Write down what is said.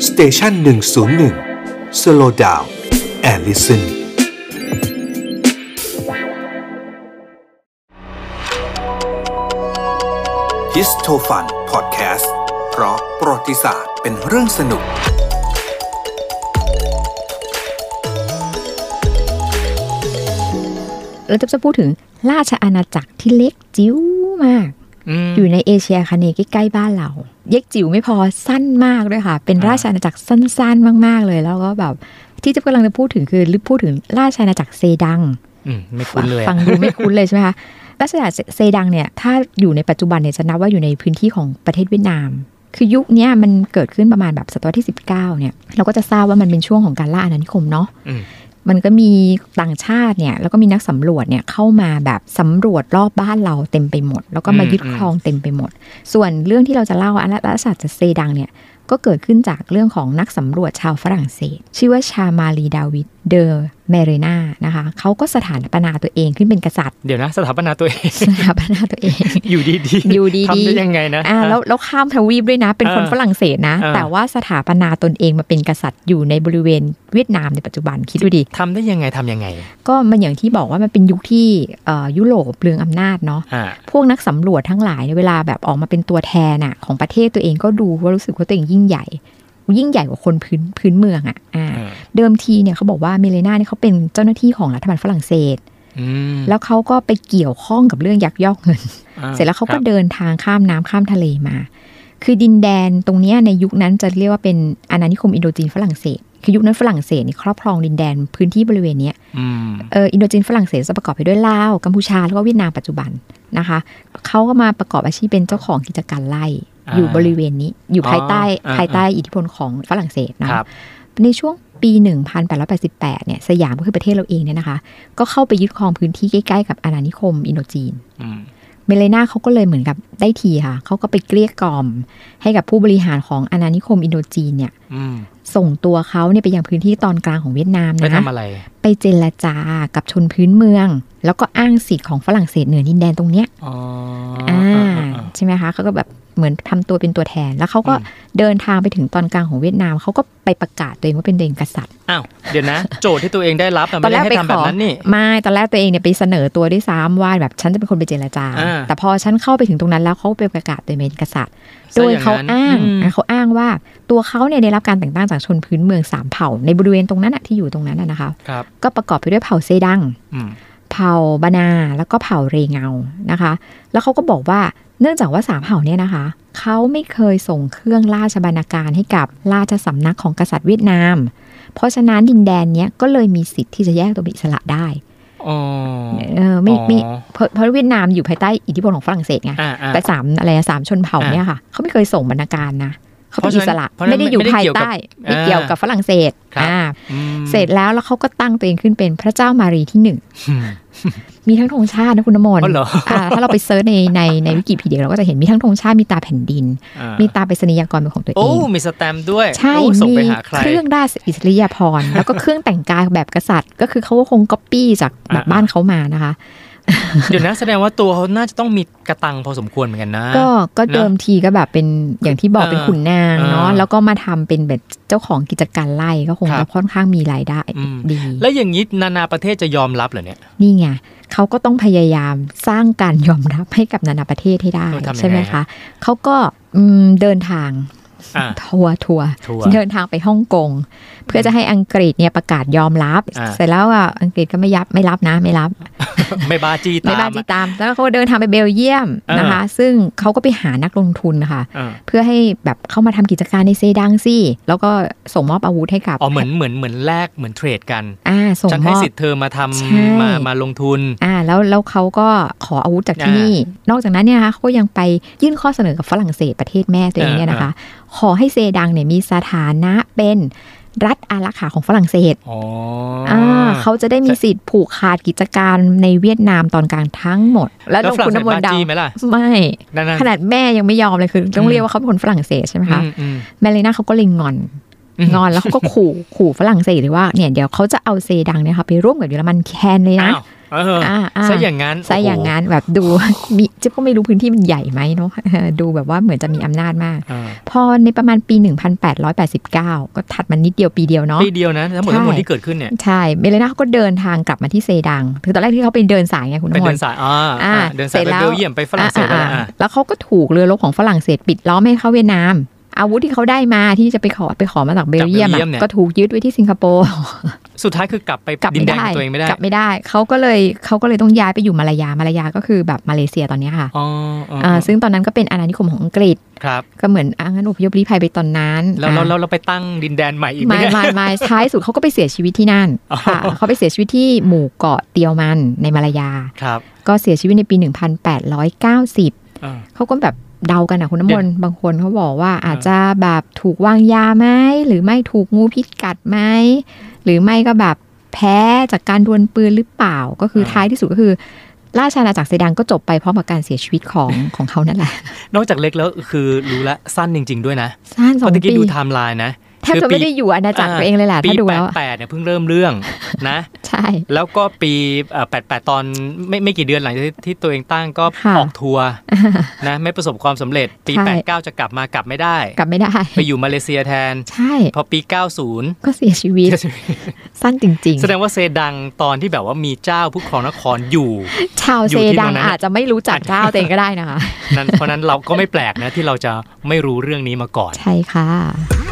สเตชัน101 Slow Down and Listen Histofun Podcast เพราะประวัติศาสตร์เป็นเรื่องสนุกเราจะพูดถึงราชอาณาจักรที่เล็กจิ๋วมากอยู่ในเอเชียคเนย์ใกล้ๆบ้านเราเล็กจิ๋วไม่พอสั้นมากด้วยค่ะเป็นราชอาณาจักรสั้นๆมากๆเลยแล้วก็แบบที่จะกำลังจะพูดถึงคือพูดถึงราชอาณาจักรเซดังไม่คุ้นเลยฟังดูไม่คุ้นเลยใช่ไหมคะราชอาณาจักรเซดังเนี่ยถ้าอยู่ในปัจจุบันเนี่ยจะนับว่าอยู่ในพื้นที่ของประเทศเวียดนามคือยุคนี้มันเกิดขึ้นประมาณแบบศตวรรษที่19เนี่ยเราก็จะทราบว่ามันเป็นช่วงของการล่าอาณานิคมเนาะมันก็มีต่างชาติเนี่ยแล้วก็มีนักสำรวจเนี่ยเข้ามาแบบสำรวจรอบบ้านเราเต็มไปหมดแล้วก็มายึดครองเต็มไปหมดส่วนเรื่องที่เราจะเล่าราชอาณาจักรเซดังเนี่ยก็เกิดขึ้นจากเรื่องของนักสำรวจชาวฝรั่งเศสชื่อว่าชามาลีดาวิดเดอเมเรนานะคะเขาก็สถาปนาตัวเองขึ้นเป็นกษัตริย์เดี๋ยวนะสถาปนาตัวเองสถาปนาตัวเองอยู่ดีๆทำได้ยังไงนะแล้วข้ามทวีปด้วยนะเป็นคนฝรั่งเศสนะแต่ว่าสถาปนาตนเองมาเป็นกษัตริย์อยู่ในบริเวณเวียดนามในปัจจุบันคิดดูดิทำได้ยังไงก็มันอย่างที่บอกว่ามันเป็นยุคที่ยุโรปเปลืองอำนาจเนาะพวกนักสำรวจทั้งหลายเวลาแบบออกมาเป็นตัวแทนของประเทศตัวเองก็ดูว่ารู้สึกว่าตัวเองยิ่งใหญ่กว่าคนพื้นเมืองเดิมทีเนี่ยเขาบอกว่าเมเลนาเนี่ยเขาเป็นเจ้าหน้าที่ของรัฐบาลฝรั่งเศสแล้วเขาก็ไปเกี่ยวข้องกับเรื่องยักยอกเงินเสร็จแล้วเขาก็เดินทางข้ามน้ำข้ามทะเลมาคือดินแดนตรงนี้ในยุคนั้นจะเรียกว่าเป็นอาณานิคมอินโดจีนฝรั่งเศสคือยุคนั้นฝรั่งเศสนี่ครอบครองดินแดนพื้นที่บริเวณนี้อินโดจีนฝรั่งเศสจะประกอบไปด้วยลาวกัมพูชาแล้วก็เวียดนามปัจจุบันนะคะเขาก็มาประกอบอาชีพเป็นเจ้าของกิจการไร่อยู่บริเวณนี้อยู่ภายใต้อิทธิพลของฝรั่งเศสนะในช่วงปี 1888 เนี่ยสยามก็คือประเทศเราเองเนี่ยนะคะก็เข้าไปยึดครองพื้นที่ใกล้ๆกับอาณานิคมอินโดจีนเมเลนาเขาก็เลยเหมือนกับได้ทีค่ะเขาก็ไปเกลี้ยกล่อมให้กับผู้บริหารของอาณานิคมอินโดจีนเนี่ยส่งตัวเขาเนี่ยไปยังพื้นที่ตอนกลางของเวียดนามนะไปทำอะไรไปเจรจากับชนพื้นเมืองแล้วก็อ้างสิทธิ์ของฝรั่งเศสเหนือดินแดนตรงเนี้ยใช่ไหมคะเขาก็แบบเหมือนทำตัวเป็นตัวแทนแล้วเขาก็เดินทางไปถึงตอนกลางของเวียดนามเขาก็ไปประกาศตัวเองว่าเป็นเองกษัตริย์อ้าวเดี๋ยวนะโจทย์ที่ตัวเองได้รับแต่ไม่ได้ให้ทำแบบนั้นนี่ไม่ตอนแรกตัวเองเนี่ยไปเสนอตัวด้วยซ้ำว่าแบบฉันจะเป็นคนไปเจรจาแต่พอฉันเข้าไปถึงตรงนั้นแล้วเขาไปประกาศตัวเองเป็นกษัตริย์โดยเขาอ้างว่าตัวเขาเนี่ยได้รับการแต่งตั้งจากชนพื้นเมือง3เผ่าในบริเวณตรงนั้นที่อยู่ตรงนั้นนะคะก็ประกอบไปด้วยเผ่าเซดังเผ่าบานาแล้วก็เผ่าเรเงานะคะแล้วเขาก็บอกว่าเนื่องจากว่า3เผ่าเนี่ยนะคะเขาไม่เคยส่งเครื่องราชบรรณาการให้กับราชสำนักของกษัตริย์เวียดนามเพราะฉะนั้นดินแดนเนี้ยก็เลยมีสิทธิ์ที่จะแยกตัวเป็นอิสระได้ไม่เพราะเวียดนามอยู่ภายใต้อิทธิพลของฝรั่งเศสไงแต่3ชนเผ่าเนี่ยค่ะเขาไม่เคยส่งบรรณาการนะเขาเป็นอิสระไม่ได้อยู่ภายใต้ไม่เกี่ยวกับฝรั่งเศสเสร็จแล้วเขาก็ตั้งตัวเองขึ้นเป็นพระเจ้ามารีที่1มีทั้งธงชาตินะคุณน้ำมนต์ถ้าเราไปเซิร์ชในวิกิพีเดียเราก็จะเห็นมีทั้งธงชาติมีตาแผ่นดินมีตาไปรษณียากรเป็นของตัวเองมีสแตมป์ด้วยใช่มีเครื่องราชอิสริยาภรณ์แล้วก็เครื่องแต่งกายแบบกษัตริย์ก็คือเขาก็คงก๊อปปี้จากแบบบ้านเขามานะคะเดี๋ยวนะแสดงว่าตัวเขาน่าจะต้องมีกระตังพอสมควรเหมือนกันนะก็เดิมทีก็แบบเป็นอย่างที่บอกเป็นขุนนางเนาะแล้วก็มาทำเป็นแบบเจ้าของกิจการไร่ก็คงจะค่อนข้างมีรายได้ดีแล้วอย่างนี้นานาประเทศจะยอมรับเหรอเนี่ยนี่ไงเขาก็ต้องพยายามสร้างการยอมรับให้กับนานาประเทศให้ได้ใช่ไหมคะเขาก็เดินทางทัวร์เดินทางไปฮ่องกงเพื่อจะให้อังกฤษเนี่ยประกาศยอมรับเสร็จแล้วอังกฤษก็ไม่รับไม่บ้าจี้ตามแล้วเขาเดินทางไปเบลเยียมนะคะซึ่งเขาก็ไปหานักลงทุนค่ะเพื่อให้แบบเข้ามาทำกิจการในเซดังสิแล้วก็ส่งมอบอาวุธให้กับเหมือนแลกเหมือนเทรดกันส่งมอบฉันให้สิทธิ์เธอมาทำมาลงทุนแล้วเขาก็ขออาวุธจากที่นี่นอกจากนั้นเนี่ยนะคะเขาก็ยังไปยื่นข้อเสนอกับฝรั่งเศสประเทศแม่ตัวเองเนี่ยนะคะขอให้เซดังเนี่ยมีสถานะเป็นรัฐอารักขาของฝรั่งเศสเขาจะได้มีสิทธิ์ผูกขาดกิจการในเวียดนามตอนกลางทั้งหมดแล้วคุณน้ำมนต์ดาวไม่ขนาดแม่ยังไม่ยอมเลยคือต้องเรียกว่าเขาเป็นคนฝรั่งเศสใช่ไหมคะแมเลนาเขาก็เลยงอนแล้วเขาก็ขู่ฝรั่งเศสเลยว่าเนี่ยเดี๋ยวเขาจะเอาเซดังเนี่ยค่ะไปร่วมกับเยอรมันแคนเลยนะซะอย่างนั้นแบบดูมีจิ๊บก็ไม่รู้พื้นที่มันใหญ่ไหมเนาะดูแบบว่าเหมือนจะมีอำนาจมากพอในประมาณปี1889ก็ถัดมานิดเดียวปีเดียวเนาะปีเดียวนะทั้งหมดที่เกิดขึ้นเนี่ยใช่เมเลนาเขาก็เดินทางกลับมาที่เซดังคือตอนแรกที่เขาไปเดินสายไงคุณน้ำมนต์ไปเดินสายเดินสายไปเบลเยียมไปฝรั่งเศสแล้วเขาก็ถูกเรือรบของฝรั่งเศสปิดล้อมให้เข้าเวียดนามอาวุธที่เขาได้มาที่จะไปขอมาจากเบลเยียมก็ถูกยึดไว้ที่สิงคโปร์สุดท้ายคือกลับไปดินแดนตัวเองไม่ได้กลับไม่ได้เขาก็เลยต้องย้ายไปอยู่มาลายาก็คือแบบมาเลเซียตอนนี้ค่ะซึ่งตอนนั้นก็เป็นอาณานิคมของอังกฤษก็เหมือนงั้นอพยพลี้ภัยไปตอนนั้นแล้วเราไปตั้งดินแดนใหม่อีกไม่ท้ายสุดเขาก็ไปเสียชีวิตที่นั่นค่ะเขาไปเสียชีวิตที่หมู่เกาะเตียวมันในมาลายาก็เสียชีวิตในปี1890เขาก็แบบเดากันนะคุณน้ำมนต์บางคนเขาบอกว่าอาจจะแบบถูกวางยาไหมหรือไม่ถูกงูพิษกัดไหมหรือไม่ก็แบบแพ้จากการดวลปืนหรือเปล่าก็คือท้ายที่สุดก็คือราชอาณาจักรเซดังก็จบไปพร้อมกับการเสียชีวิตของเขานั่นแหละนอกจากเล็กแล้วคือรู้ละสั้นจริงๆด้วยนะสั้น2 ปีดูไทม์ไลน์นะแทบจะไม่ได้อยู่อาณาจักรตัวเองเลยแหละถ้าดูแล้วปี88เนี่ยเพิ่งเริ่มเรื่องนะใช่แล้วก็ปี88ตอนไม่กี่เดือนหลังจากที่ตัวเองตั้งก็ออกทัวร์นะไม่ประสบความสำเร็จปี89จะกลับไม่ได้ไปอยู่มาเลเซียแทนใช่พอปี90 ก็เสียชีวิตสั้นจริงๆแสดงว่าเซดังตอนที่แบบว่ามีเจ้าผู้ครองนครอยู่ชาวเซดังอาจจะไม่รู้จักเจ้าตัวเองก็ได้นะคะเพราะนั้นเราก็ไม่แปลกนะที่เราจะไม่รู้เรื่องนี้มาก่อนใช่ค่ะ